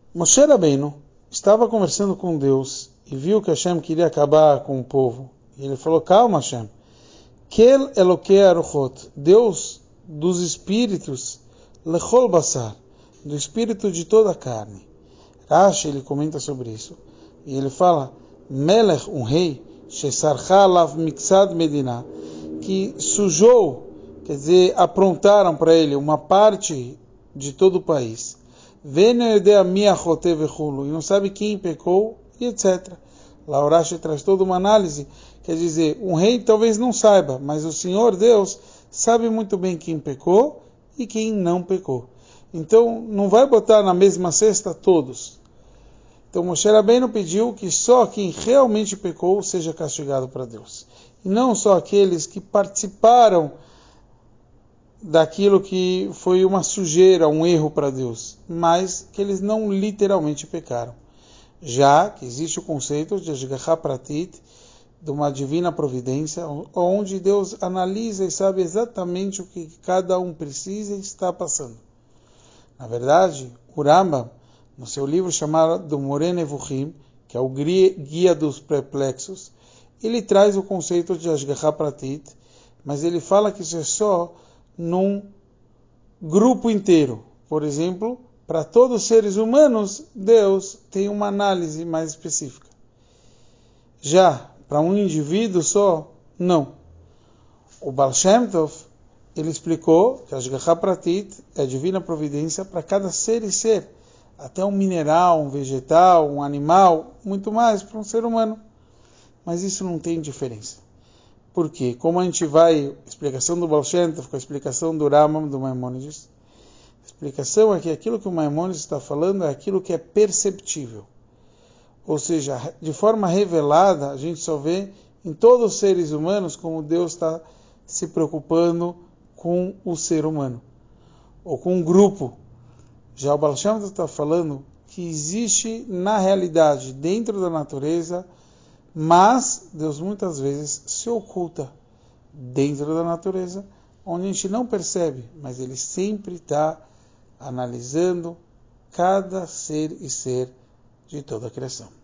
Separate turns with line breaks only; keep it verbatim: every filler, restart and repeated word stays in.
Moshe Rabbeinu estava conversando com Deus e viu que Hashem queria acabar com o povo. E ele falou, calma Hashem, Kel Elokei Aruchot, Deus dos espíritos, Lechol Basar, do espírito de toda a carne. Rashi, ele comenta sobre isso. E ele fala, Melech, um rei, Shesarcha Alav Miksad Medina, que sujou, quer dizer, aprontaram para ele uma parte de todo o país. E não sabe quem pecou, e etcétera. Lá o Rashi traz toda uma análise, quer dizer, um rei talvez não saiba, mas o Senhor Deus sabe muito bem quem pecou e quem não pecou. Então, não vai botar na mesma cesta todos. Então, Moshe Rabbeinu pediu que só quem realmente pecou seja castigado para Deus. E não só aqueles que participaram daquilo que foi uma sujeira, um erro para Deus, mas que eles não literalmente pecaram. Já que existe o conceito de Ashgacha Pratit, de uma divina providência, onde Deus analisa e sabe exatamente o que cada um precisa e está passando. Na verdade, o Rambam, no seu livro chamado Moreh Nevuchim, que é o Guia dos Perplexos, ele traz o conceito de Ashgacha Pratit, mas ele fala que isso é só num grupo inteiro. Por exemplo, para todos os seres humanos, Deus tem uma análise mais específica. Já para um indivíduo só, não. O Baal Shem Tov, ele explicou que a Ashgacha Pratit é a divina providência para cada ser e ser. Até um mineral, um vegetal, um animal, muito mais para um ser humano. Mas isso não tem diferença. Por quê? Como a gente vai, a explicação do Baal Shem Tov com a explicação do Rambam, do Maimônides, a explicação é que aquilo que o Maimônides está falando é aquilo que é perceptível. Ou seja, de forma revelada, a gente só vê em todos os seres humanos como Deus está se preocupando com o ser humano, ou com um grupo. Já o Baal Shem Tov está falando que existe na realidade, dentro da natureza, mas Deus muitas vezes se oculta dentro da natureza, onde a gente não percebe, mas Ele sempre está analisando cada ser e ser de toda a criação.